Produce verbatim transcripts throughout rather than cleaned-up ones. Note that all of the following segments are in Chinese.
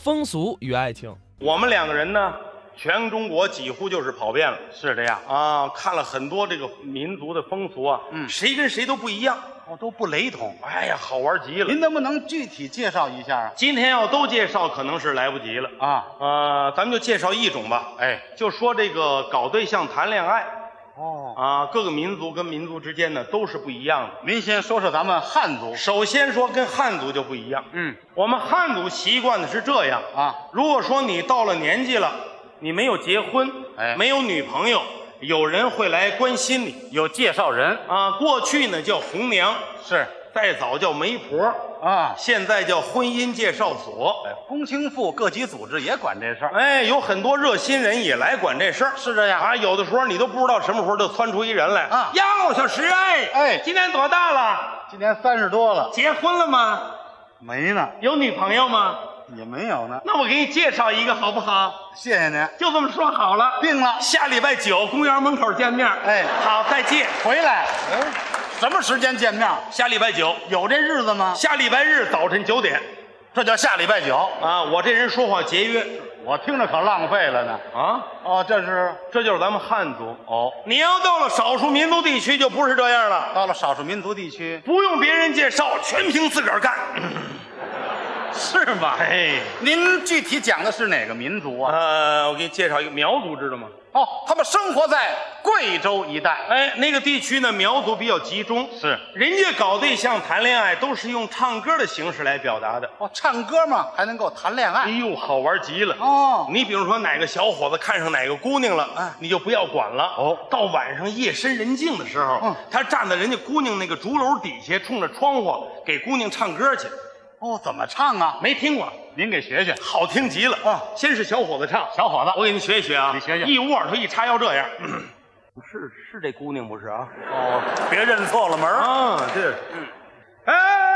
风俗与爱情。 我们两个人呢，全中国几乎就是跑遍了。 是这样啊，看了很多这个民族的风俗啊， 嗯， 谁跟谁都不一样， 哦，都不雷同。 哎呀，好玩极了。 您能不能具体介绍一下啊？ 今天要都介绍，可能是来不及了啊。 呃，咱们就介绍一种吧。 哎， 就说这个搞对象谈恋爱。 哦， 啊，各个民族跟民族之间呢都是不一样的。 您先说说咱们汉族。 首先说跟汉族就不一样。 嗯， 我们汉族习惯的是这样啊， 如果说你到了年纪了，你没有结婚， 哎， 没有女朋友，有人会来关心你， 有介绍人啊。过去呢叫红娘， 是， 再早叫媒婆啊， 现在叫婚姻介绍所。 哎，工青妇各级组织也管这事儿。 哎，有很多热心人也来管这事儿。 是这样啊，有的时候你都不知道什么时候就窜出一人来啊。 哟，小石哎， 哎， 今年多大了？ 今年三十多了。 结婚了吗？ 没呢。 有女朋友吗？ 也没有呢。 那我给你介绍一个好不好？ 谢谢您。 就这么说好了。 定了。 下礼拜九公园门口见面。 哎， 好，再见。 回来。哎，什么时间见面？ 下礼拜九。 有这日子吗？ 下礼拜日早晨九点。 这叫下礼拜九啊！我这人说话节约， 我听着可浪费了呢。 啊， 哦，这是这就是咱们汉族。 哦， 你要到了少数民族地区就不是这样了。 到了少数民族地区， 不用别人介绍，全凭自个儿干。 是吗？ 哎， 您具体讲的是哪个民族啊？ 呃，我给你介绍一个苗族，知道吗？ 哦，他们生活在贵州一带。 哎，那个地区呢，苗族比较集中。 是， 人家搞对象、谈恋爱都是用唱歌的形式来表达的。 哦，唱歌嘛，还能够谈恋爱。 哎呦，好玩极了。 哦， 你比如说哪个小伙子看上哪个姑娘了， 哎， 你就不要管了。 哦， 到晚上夜深人静的时候， 嗯， 他站在人家姑娘那个竹楼底下，冲着窗户给姑娘唱歌去。 哦，怎么唱啊？ 没听过， 您给学学。 好听极了啊！ 先是小伙子唱， 小伙子， 我给你学一学啊， 你学学。 一捂耳朵一插腰这样，是是这姑娘不是啊？ 哦，别认错了门啊，这是， 嗯， 哎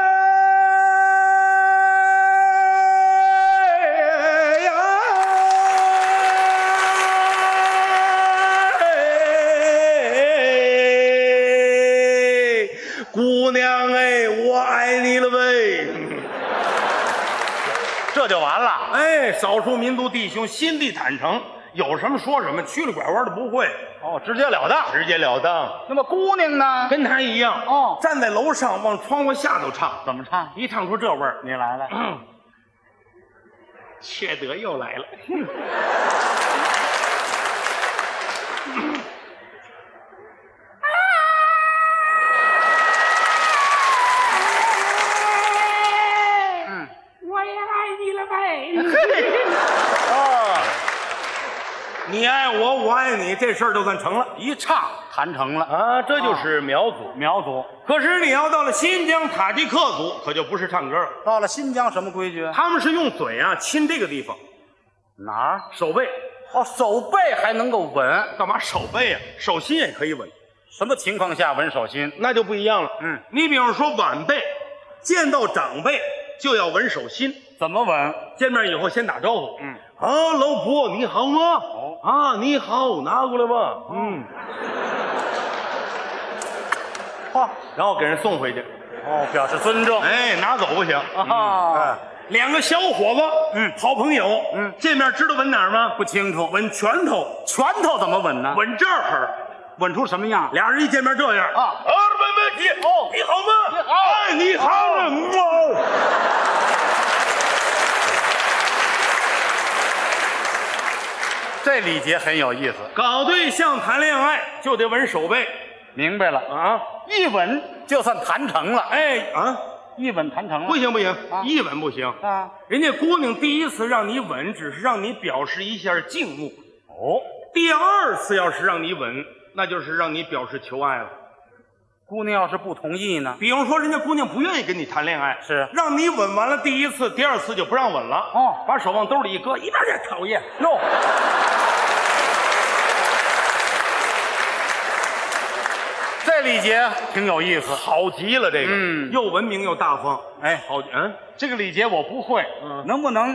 呀，姑娘哎，我爱你了呗。 这就完了。 哎，少数民族弟兄心地坦诚，有什么说什么，曲里拐弯的不会。 哦，直截了当， 直截了当。 那么姑娘呢？ 跟他一样。 哦， 站在楼上往窗户下头唱。 怎么唱？ 一唱出这味儿， 你来了。 嗯，缺德又来了。你爱我，我爱你，这事儿就算成了， 一唱谈成了啊！这就是苗族， 苗族。 可是你要到了新疆塔吉克族，可就不是唱歌了。 到了新疆什么规矩？ 他们是用嘴啊亲这个地方， 哪儿？ 手背。 哦，手背还能够吻？ 干嘛手背啊？手心也可以吻。 什么情况下吻手心？ 那就不一样了。 嗯， 你比方说晚辈见到长辈就要吻手心。 怎么吻？ 见面以后先打招呼。 嗯， 啊，老婆你好吗？ 哦， 啊，你好，拿过来吧。嗯， 嚯， 然后给人送回去。 哦，表示尊重。 哎，拿走不行啊。 哎，两个小伙子， 嗯， 好朋友， 嗯， 见面知道吻哪儿吗？ 不清楚。 吻拳头。 拳头怎么吻呢？ 吻这儿。 吻出什么样？ 俩人一见面这样啊。 啊，没问题。哦，你好吗？ 你好。 哎，你好啊。哦。 这礼节很有意思。 搞对象谈恋爱就得吻手背。 明白了啊， 一吻就算谈成了。 哎啊， 一吻谈成了。 不行不行， 啊， 一吻不行啊！ 人家姑娘第一次让你吻，只是让你表示一下敬慕。 哦， 第二次要是让你吻，那就是让你表示求爱了。 姑娘要是不同意呢？ 比方说，人家姑娘不愿意跟你谈恋爱， 是让你吻完了第一次，第二次就不让吻了。 哦， 把手往兜里一搁，一边去，讨厌哟。这礼节挺有意思， 好极了，这个， 嗯， 又文明又大方。 哎， 好，嗯， 这个礼节我不会，嗯，能不能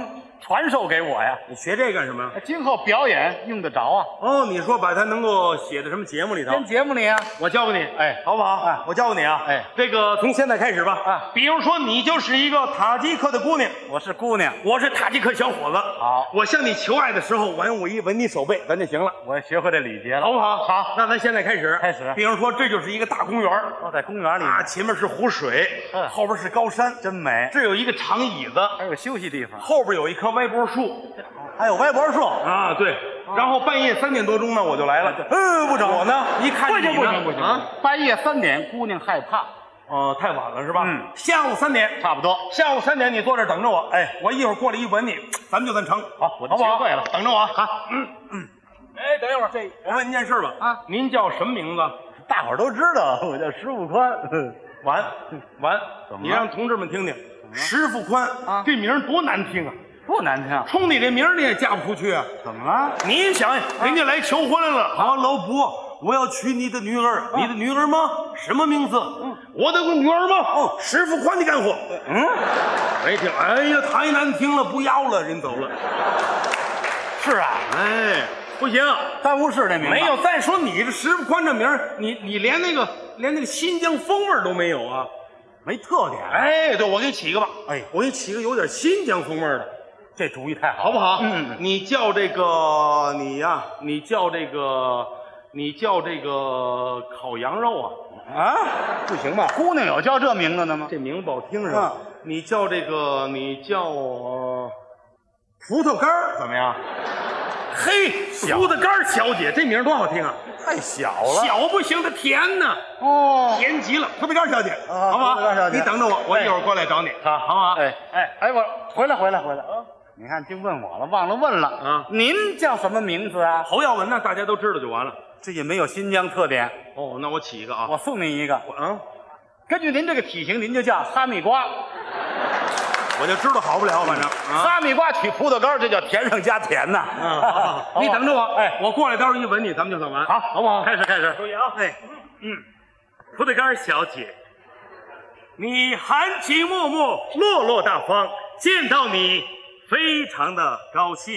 传授给我呀。 你学这干什么呀？ 今后表演用得着啊， 哦，你说把它能够写在什么节目里头？ 跟节目里啊。 我教给你， 哎好不好？ 哎我教给你啊， 哎， 这个从现在开始吧， 啊， 比如说你就是一个塔吉克的姑娘， 我是姑娘， 我是塔吉克小伙子， 好， 我向你求爱的时候，我用我一吻你手背，咱就行了， 我也学会这礼节了， 好不好？ 好， 那咱现在开始， 开始比如说这就是一个大公园， 哦，在公园里啊，前面是湖水， 嗯后边是高山， 真美， 这有一个长椅子， 还有休息地方， 后边有一棵歪脖树， 还有歪脖树啊，对，然后半夜三点多钟呢，我就来了， 嗯，不成， 我呢一看不行你呢不行不行啊， 半夜三点，姑娘害怕， 哦，太晚了是吧？ 嗯， 下午三点， 差不多。 下午三点你坐这儿等着我，哎，我一会儿过来一吻你，咱们就算成。 好，我就好不好？ 学会了。 等着我。好，嗯嗯。哎，等一会儿，这我问您件事吧。 啊， 您叫什么名字？ 大伙儿都知道，我叫石富宽。 完完怎么了， 你让同志们听听，石富宽啊这名儿多难听啊！ 不难听。 冲你这名儿你也嫁不出去啊！ 怎么了？ 你想，人家来求婚来了，好，老伯，我要娶你的女儿，你的女儿吗？什么名字？嗯，我的女儿吗？哦，石富宽的干活。嗯，我一听，哎呀，太难听了，不要了，人走了。 是啊， 哎，不行， 办公室这名字没有。再说你这石富宽这名儿，你你连那个连那个新疆风味儿都没有啊！ 没特点。 哎，对，我给你起一个吧。 哎， 我给你起个有点新疆风味儿的。 这主意太好， 好不好？ 嗯， 你叫这个你呀、你叫这个，你叫这个烤羊肉啊？ 啊， 不行吧？ 姑娘有叫这名字的吗？ 这名字不好听是吧？你叫这个，你叫、呃、葡萄干儿怎么样？嘿，葡萄干儿小姐，这名儿多好听啊！ 太小了。 小不行，它甜呢， 哦， 甜极了。葡萄干儿小姐， 啊好不好？ 葡萄干儿小姐你等着我，我一会儿过来找你，好，好不好？ 哎哎哎，我回来回来回来啊！你看，净问我了，忘了问了啊您叫什么名字啊？ 侯耀文呢，大家都知道就完了。 这也没有新疆特点。 哦，那我起一个啊， 我送您一个， 我啊， 根据您这个体型，您就叫哈密瓜。 我就知道好不了，反正啊。 哈密瓜取葡萄干，这叫甜上加甜呐。 嗯，好好好，你等着我， 哎， 我过来，待会儿一吻你，咱们就算完， 好， 好不好？ 开始开始。 注意啊， 哎， 嗯，葡萄干小姐，你含情脉脉，落落大方，见到你非常的高兴。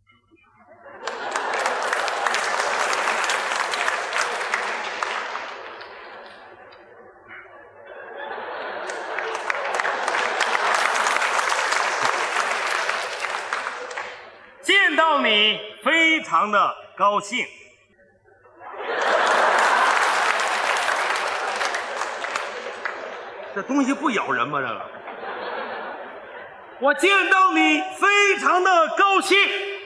见到你非常的高兴。这东西不咬人吗？这个，我见到你非常的高兴。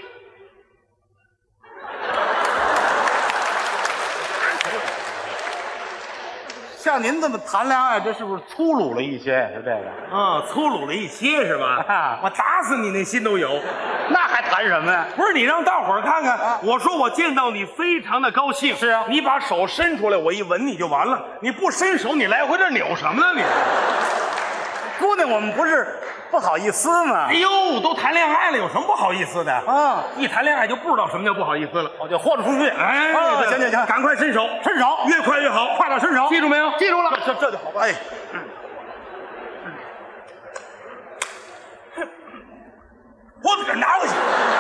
像您这么谈恋爱，这是不是粗鲁了一些？是这个？ 啊，粗鲁了一些是吧？ 啊我打死你那心都有。 那还谈什么呀？ 不是你让大伙儿看看，我说我见到你非常的高兴。 是啊你把手伸出来，我一吻你就完了。你不伸手，你来回这扭什么呢你？ 姑娘，我们不是不好意思吗哎？呦，都谈恋爱了，有什么不好意思的？ 啊， 一谈恋爱就不知道什么叫不好意思了。 我就豁得出去。 哎， 啊行行行， 赶快伸手， 伸手， 越快越好， 快点伸手， 记住没有？ 记住了。 这这就好办。哎，我给这拿过去，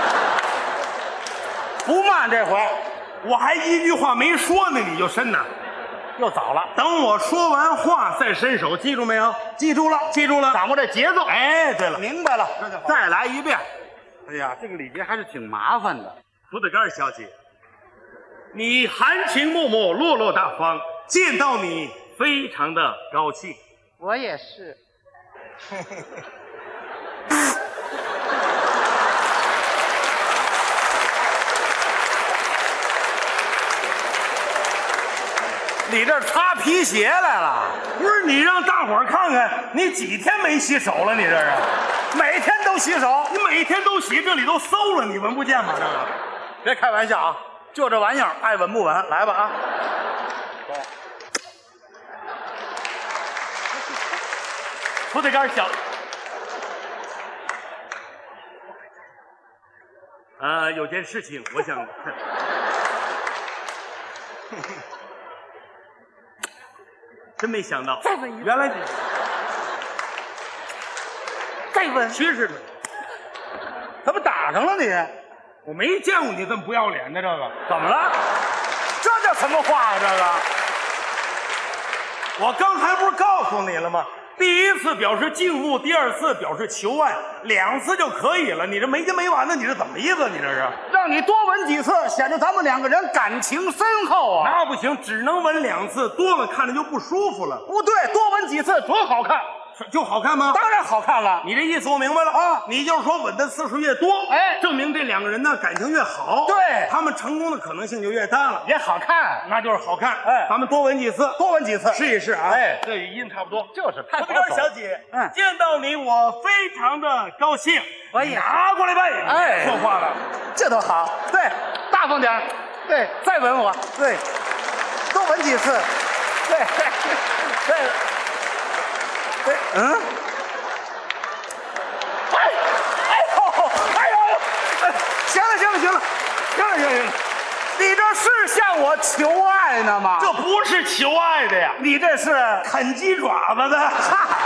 不慢这回， 我还一句话没说呢，你就伸呐。 又早了。 等我说完话再伸手，记住没有？ 记住了， 记住了。 掌握这节奏。 哎，对了， 明白了， 这就好再来一遍。哎呀，这个礼节还是挺麻烦的。 葡萄干小姐，你含情脉脉，落落大方，见到你非常的高兴。 我也是。你这儿擦皮鞋来了？ 不是你让大伙儿看看，你几天没洗手了？你这是？ 每天都洗手？ 你每天都洗，这里都馊了，你闻不见吗？这个。 别开玩笑啊！就这玩意儿，爱稳不稳？来吧啊！ 葡萄干小，呃，有件事情我想，真没想到， 再吻一次原来再吻， 学士们， 怎么打上了你？ 我没见过你这么不要脸的这个。 怎么了？这叫什么话呀？这个我刚才不是告诉你了吗？第一次表示敬慕，第二次表示求爱，两次就可以了。你这没完没完的，你这怎么意思？你这是？ 让你多吻几次，显得咱们两个人感情深厚啊！ 那不行，只能吻两次，多了看着就不舒服了。 不对，多吻几次多好看， 就好看吗？ 当然好看了。 你这意思我明白了啊！你就是说吻的次数越多， 哎， 证明这两个人呢感情越好， 对， 他们成功的可能性就越大了， 也好看， 那就是好看。 哎， 咱们多吻几次， 多吻几次， 试一试啊！ 哎， 这语音差不多， 就是太我这边小姐， 嗯， 见到你我非常的高兴。 哎呀， 拿过来呗！ 哎， 说话了， 这都好，对，大方点，对，再吻我，对，多吻几次，对，对，对，嗯。哎，哎呦，哎呦，行了，行了，行了，行了，行了，行了，你这是向我求爱呢吗？ 这不是求爱的呀， 你这是啃鸡爪子的。